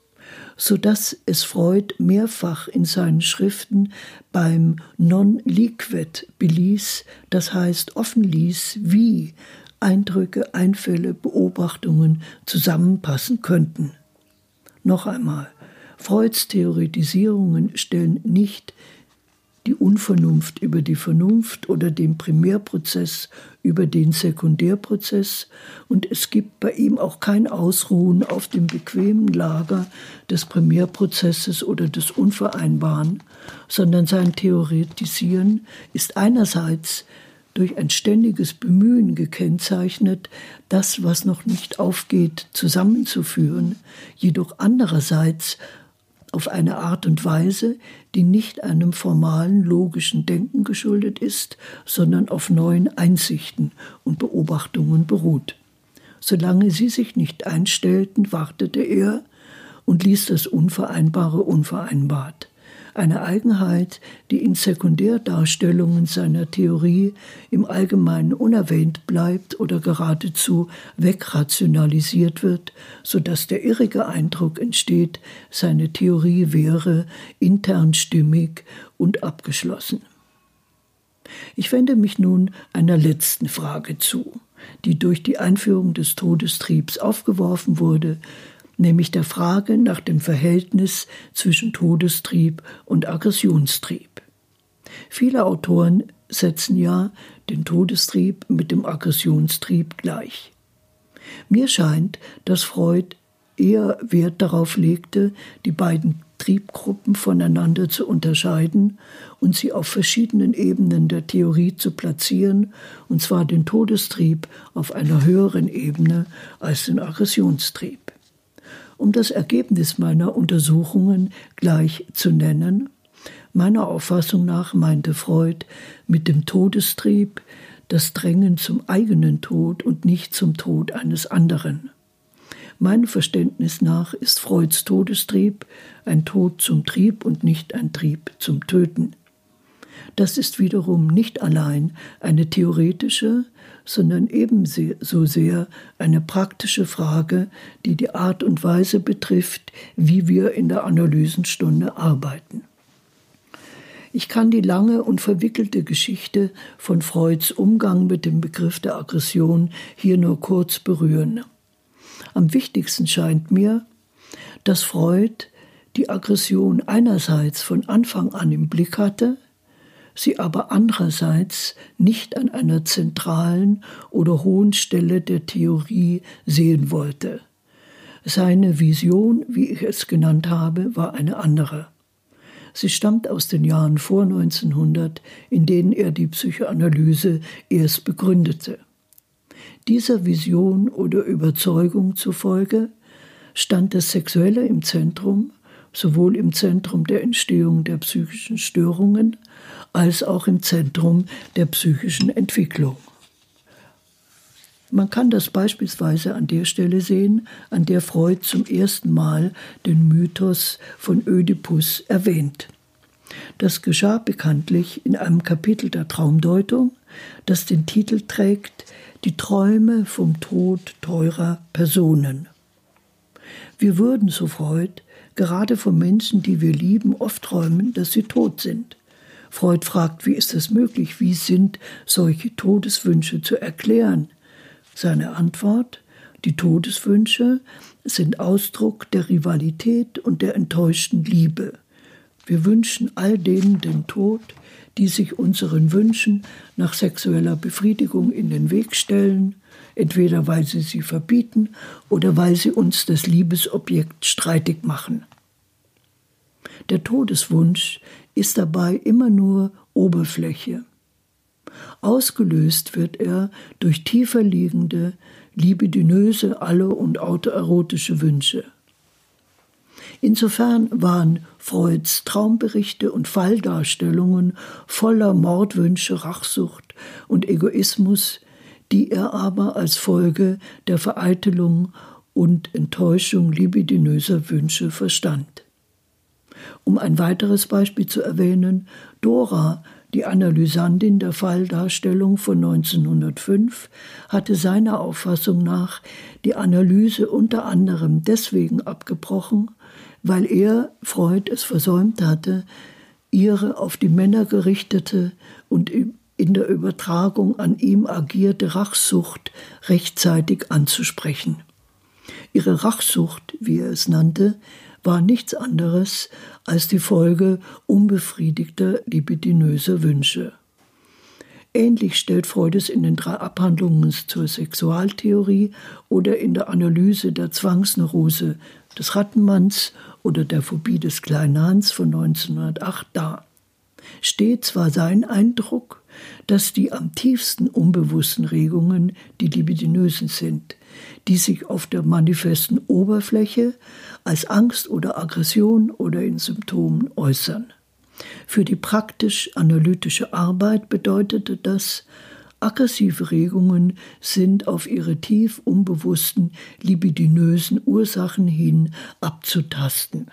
sodass es Freud mehrfach in seinen Schriften beim Non-Liquid beließ, das heißt offen ließ, wie Eindrücke, Einfälle, Beobachtungen zusammenpassen könnten. Noch einmal, Freuds Theoretisierungen stellen nicht die Unvernunft über die Vernunft oder den Primärprozess über den Sekundärprozess, und es gibt bei ihm auch kein Ausruhen auf dem bequemen Lager des Primärprozesses oder des Unvereinbaren, sondern sein Theoretisieren ist einerseits durch ein ständiges Bemühen gekennzeichnet, das, was noch nicht aufgeht, zusammenzuführen, jedoch andererseits auf eine Art und Weise, die nicht einem formalen, logischen Denken geschuldet ist, sondern auf neuen Einsichten und Beobachtungen beruht. Solange sie sich nicht einstellten, wartete er und ließ das Unvereinbare unvereinbart. Eine Eigenheit, die in Sekundärdarstellungen seiner Theorie im Allgemeinen unerwähnt bleibt oder geradezu wegrationalisiert wird, sodass der irrige Eindruck entsteht, seine Theorie wäre intern stimmig und abgeschlossen. Ich wende mich nun einer letzten Frage zu, die durch die Einführung des Todestriebs aufgeworfen wurde, nämlich der Frage nach dem Verhältnis zwischen Todestrieb und Aggressionstrieb. Viele Autoren setzen ja den Todestrieb mit dem Aggressionstrieb gleich. Mir scheint, dass Freud eher Wert darauf legte, die beiden Triebgruppen voneinander zu unterscheiden und sie auf verschiedenen Ebenen der Theorie zu platzieren, und zwar den Todestrieb auf einer höheren Ebene als den Aggressionstrieb. Um das Ergebnis meiner Untersuchungen gleich zu nennen: Meiner Auffassung nach meinte Freud mit dem Todestrieb das Drängen zum eigenen Tod und nicht zum Tod eines anderen. Meinem Verständnis nach ist Freuds Todestrieb ein Tod zum Trieb und nicht ein Trieb zum Töten. Das ist wiederum nicht allein eine theoretische, sondern ebenso sehr eine praktische Frage, die die Art und Weise betrifft, wie wir in der Analysenstunde arbeiten. Ich kann die lange und verwickelte Geschichte von Freuds Umgang mit dem Begriff der Aggression hier nur kurz berühren. Am wichtigsten scheint mir, dass Freud die Aggression einerseits von Anfang an im Blick hatte, sie aber andererseits nicht an einer zentralen oder hohen Stelle der Theorie sehen wollte. Seine Vision, wie ich es genannt habe, war eine andere. Sie stammt aus den Jahren vor neunzehnhundert, in denen er die Psychoanalyse erst begründete. Dieser Vision oder Überzeugung zufolge stand das Sexuelle im Zentrum, sowohl im Zentrum der Entstehung der psychischen Störungen als auch im Zentrum der psychischen Entwicklung. Man kann das beispielsweise an der Stelle sehen, an der Freud zum ersten Mal den Mythos von Ödipus erwähnt. Das geschah bekanntlich in einem Kapitel der Traumdeutung, das den Titel trägt »Die Träume vom Tod teurer Personen«. Wir würden, so Freud, gerade von Menschen, die wir lieben, oft träumen, dass sie tot sind. Freud fragt, wie ist das möglich? Wie sind solche Todeswünsche zu erklären? Seine Antwort: Die Todeswünsche sind Ausdruck der Rivalität und der enttäuschten Liebe. Wir wünschen all denen den Tod, die sich unseren Wünschen nach sexueller Befriedigung in den Weg stellen, entweder weil sie sie verbieten oder weil sie uns das Liebesobjekt streitig machen. Der Todeswunsch ist dabei immer nur Oberfläche. Ausgelöst wird er durch tiefer liegende, libidinöse, alle- und autoerotische Wünsche. Insofern waren Freuds Traumberichte und Falldarstellungen voller Mordwünsche, Rachsucht und Egoismus, die er aber als Folge der Vereitelung und Enttäuschung libidinöser Wünsche verstand. Um ein weiteres Beispiel zu erwähnen, Dora, die Analysandin der Falldarstellung von neunzehnhundertfünf, hatte seiner Auffassung nach die Analyse unter anderem deswegen abgebrochen, weil er, Freud, es versäumt hatte, ihre auf die Männer gerichtete und in der Übertragung an ihm agierte Rachsucht rechtzeitig anzusprechen. Ihre Rachsucht, wie er es nannte, war nichts anderes als die Folge unbefriedigter libidinöser Wünsche. Ähnlich stellt Freud es in den drei Abhandlungen zur Sexualtheorie oder in der Analyse der Zwangsneurose des Rattenmanns oder der Phobie des kleinen Hans von neunzehnhundertacht dar. Stets war sein Eindruck, dass die am tiefsten unbewussten Regungen die libidinösen sind, die sich auf der manifesten Oberfläche als Angst oder Aggression oder in Symptomen äußern. Für die praktisch-analytische Arbeit bedeutete das, aggressive Regungen sind auf ihre tief unbewussten libidinösen Ursachen hin abzutasten.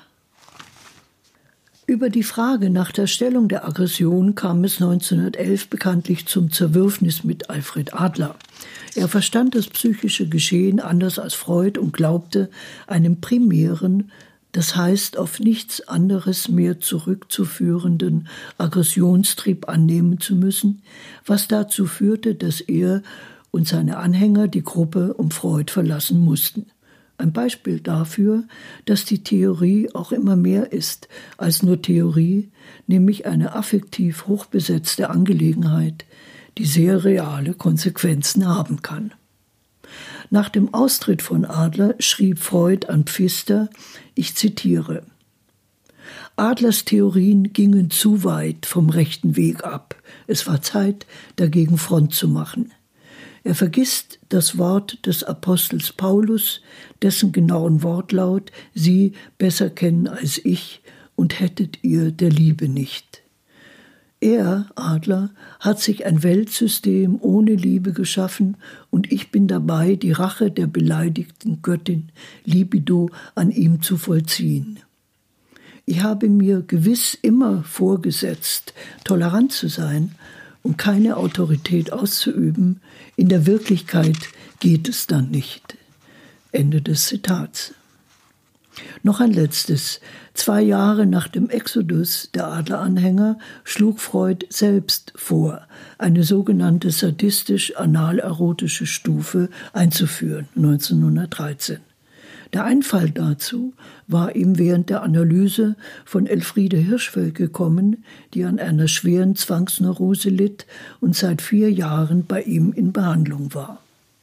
Über die Frage nach der Stellung der Aggression kam es neunzehnhundertelf bekanntlich zum Zerwürfnis mit Alfred Adler. Er verstand das psychische Geschehen anders als Freud und glaubte, einen primären, das heißt auf nichts anderes mehr zurückzuführenden Aggressionstrieb annehmen zu müssen, was dazu führte, dass er und seine Anhänger die Gruppe um Freud verlassen mussten. Ein Beispiel dafür, dass die Theorie auch immer mehr ist als nur Theorie, nämlich eine affektiv hochbesetzte Angelegenheit, die sehr reale Konsequenzen haben kann. Nach dem Austritt von Adler schrieb Freud an Pfister, ich zitiere: Adlers Theorien gingen zu weit vom rechten Weg ab. Es war Zeit, dagegen Front zu machen. Er vergisst das Wort des Apostels Paulus, dessen genauen Wortlaut Sie besser kennen als ich und hättet ihr der Liebe nicht. Er, Adler, hat sich ein Weltsystem ohne Liebe geschaffen und ich bin dabei, die Rache der beleidigten Göttin Libido an ihm zu vollziehen. Ich habe mir gewiss immer vorgesetzt, tolerant zu sein und keine Autorität auszuüben. In der Wirklichkeit geht es dann nicht. Ende des Zitats. Noch ein letztes. Zwei Jahre nach dem Exodus der Adler-Anhänger schlug Freud selbst vor, eine sogenannte sadistisch-anal-erotische Stufe einzuführen, neunzehnhundertdreizehn. Der Einfall dazu war ihm während der Analyse von Elfriede Hirschfeld gekommen, die an einer schweren Zwangsneurose litt und seit vier Jahren bei ihm in Behandlung war.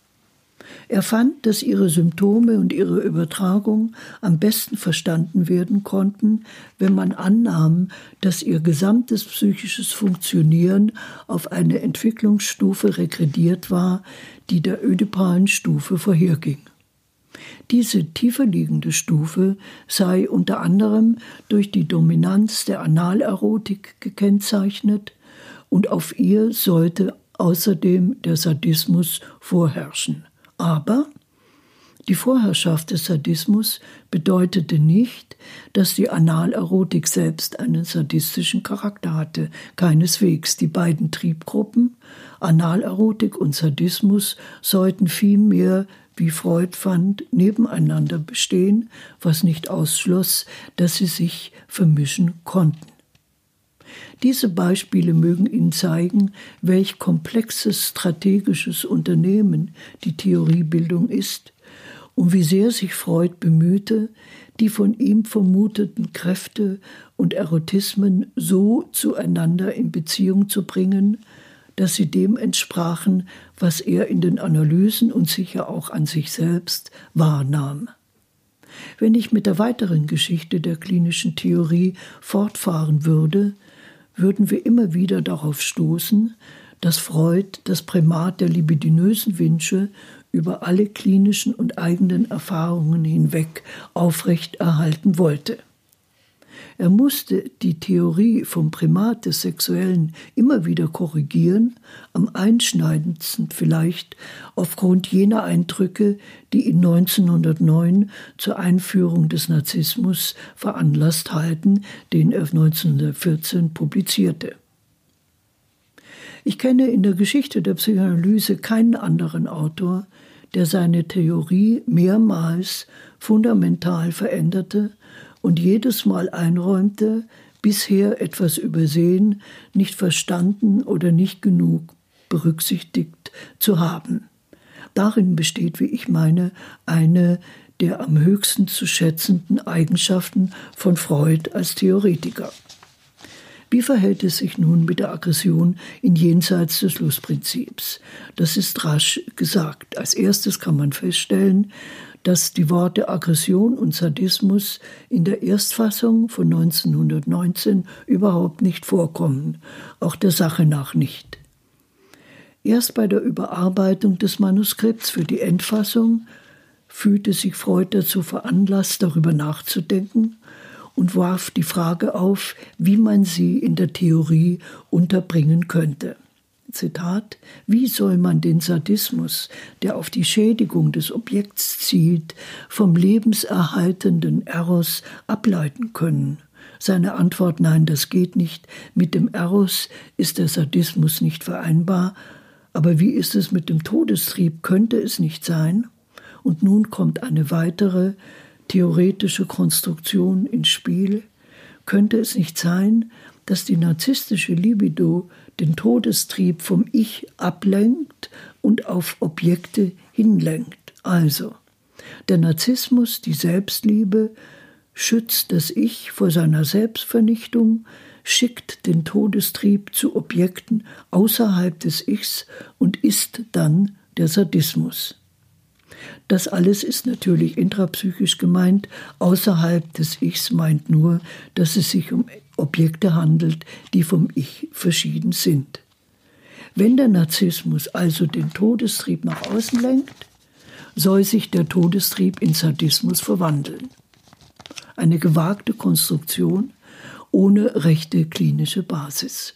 Er fand, dass ihre Symptome und ihre Übertragung am besten verstanden werden konnten, wenn man annahm, dass ihr gesamtes psychisches Funktionieren auf eine Entwicklungsstufe regrediert war, die der ödipalen Stufe vorherging. Diese tiefer liegende Stufe sei unter anderem durch die Dominanz der Analerotik gekennzeichnet und auf ihr sollte außerdem der Sadismus vorherrschen. Aber die Vorherrschaft des Sadismus bedeutete nicht, dass die Analerotik selbst einen sadistischen Charakter hatte. Keineswegs. Die beiden Triebgruppen, Analerotik und Sadismus, sollten vielmehr, wie Freud fand, nebeneinander bestehen, was nicht ausschloss, dass sie sich vermischen konnten. Diese Beispiele mögen Ihnen zeigen, welch komplexes strategisches Unternehmen die Theoriebildung ist und wie sehr sich Freud bemühte, die von ihm vermuteten Kräfte und Erotismen so zueinander in Beziehung zu bringen, dass sie dem entsprachen, was er in den Analysen und sicher auch an sich selbst wahrnahm. Wenn ich mit der weiteren Geschichte der klinischen Theorie fortfahren würde, würden wir immer wieder darauf stoßen, dass Freud das Primat der libidinösen Wünsche über alle klinischen und eigenen Erfahrungen hinweg aufrechterhalten wollte. Er musste die Theorie vom Primat des Sexuellen immer wieder korrigieren, am einschneidendsten vielleicht aufgrund jener Eindrücke, die ihn neunzehnhundertneun zur Einführung des Narzissmus veranlasst halten, den er neunzehnhundertvierzehn publizierte. Ich kenne in der Geschichte der Psychoanalyse keinen anderen Autor, der seine Theorie mehrmals fundamental veränderte und jedes Mal einräumte, bisher etwas übersehen, nicht verstanden oder nicht genug berücksichtigt zu haben. Darin besteht, wie ich meine, eine der am höchsten zu schätzenden Eigenschaften von Freud als Theoretiker. Wie verhält es sich nun mit der Aggression in Jenseits des Lustprinzips? Das ist rasch gesagt. Als erstes kann man feststellen, dass die Worte Aggression und Sadismus in der Erstfassung von neunzehnhundertneunzehn überhaupt nicht vorkommen, auch der Sache nach nicht. Erst bei der Überarbeitung des Manuskripts für die Endfassung fühlte sich Freud dazu veranlasst, darüber nachzudenken und warf die Frage auf, wie man sie in der Theorie unterbringen könnte. Zitat: Wie soll man den Sadismus, der auf die Schädigung des Objekts zielt, vom lebenserhaltenden Eros ableiten können? Seine Antwort: Nein, das geht nicht. Mit dem Eros ist der Sadismus nicht vereinbar. Aber wie ist es mit dem Todestrieb? Könnte es nicht sein? Und nun kommt eine weitere theoretische Konstruktion ins Spiel. Könnte es nicht sein, dass die narzisstische Libido den Todestrieb vom Ich ablenkt und auf Objekte hinlenkt? Also, der Narzissmus, die Selbstliebe, schützt das Ich vor seiner Selbstvernichtung, schickt den Todestrieb zu Objekten außerhalb des Ichs und ist dann der Sadismus. Das alles ist natürlich intrapsychisch gemeint. Außerhalb des Ichs meint nur, dass es sich um Objekte handelt, die vom Ich verschieden sind. Wenn der Narzissmus also den Todestrieb nach außen lenkt, soll sich der Todestrieb in Sadismus verwandeln. Eine gewagte Konstruktion ohne rechte klinische Basis.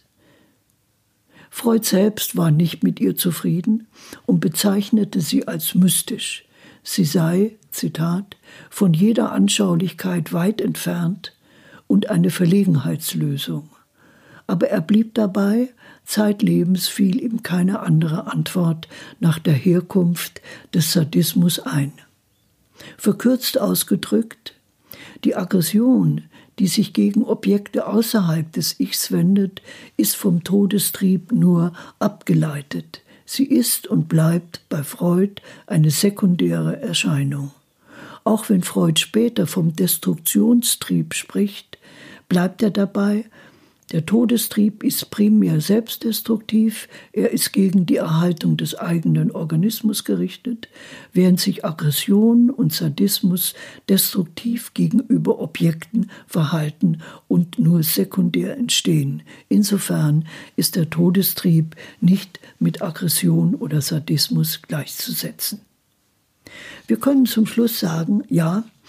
Freud selbst war nicht mit ihr zufrieden und bezeichnete sie als mystisch. Sie sei, Zitat, von jeder Anschaulichkeit weit entfernt und eine Verlegenheitslösung. Aber er blieb dabei, zeitlebens fiel ihm keine andere Antwort nach der Herkunft des Sadismus ein. Verkürzt ausgedrückt, die Aggression, die sich gegen Objekte außerhalb des Ichs wendet, ist vom Todestrieb nur abgeleitet. Sie ist und bleibt bei Freud eine sekundäre Erscheinung. Auch wenn Freud später vom Destruktionstrieb spricht, bleibt er dabei, der Todestrieb ist primär selbstdestruktiv, er ist gegen die Erhaltung des eigenen Organismus gerichtet, während sich Aggression und Sadismus destruktiv gegenüber Objekten verhalten und nur sekundär entstehen. Insofern ist der Todestrieb nicht mit Aggression oder Sadismus gleichzusetzen. Wir können zum Schluss sagen, ja,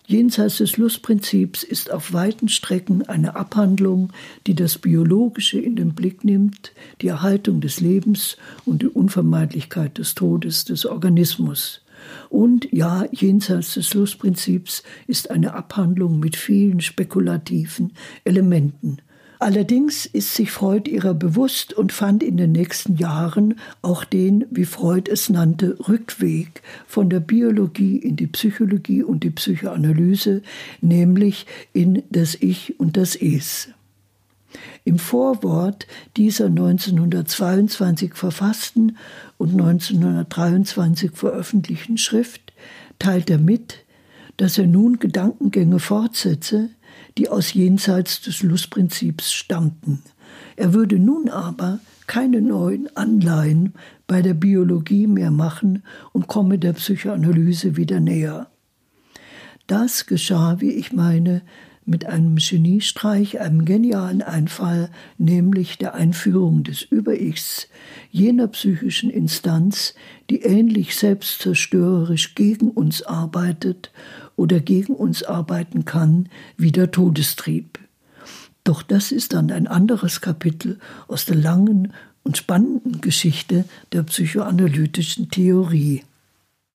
Jenseits des Lustprinzips ist auf weiten Strecken eine Abhandlung, die das Biologische in den Blick nimmt, die Erhaltung des Lebens und die Unvermeidlichkeit des Todes des Organismus. Und ja, jenseits des Lustprinzips ist eine Abhandlung mit vielen spekulativen Elementen. Allerdings ist sich Freud ihrer bewusst und fand in den nächsten Jahren auch den, wie Freud es nannte, Rückweg von der Biologie in die Psychologie und die Psychoanalyse, nämlich in das Ich und das Es. Im Vorwort dieser neunzehnhundertzweiundzwanzig verfassten und neunzehnhundertdreiundzwanzig veröffentlichten Schrift teilt er mit, dass er nun Gedankengänge fortsetze, die aus Jenseits des Lustprinzips stammten. Er würde nun aber keine neuen Anleihen bei der Biologie mehr machen und komme der Psychoanalyse wieder näher. Das geschah, wie ich meine, mit einem Geniestreich, einem genialen Einfall, nämlich der Einführung des Über-Ichs, jener psychischen Instanz, die ähnlich selbstzerstörerisch gegen uns arbeitet oder gegen uns arbeiten kann wie der Todestrieb. Doch das ist dann ein anderes Kapitel aus der langen und spannenden Geschichte der psychoanalytischen Theorie.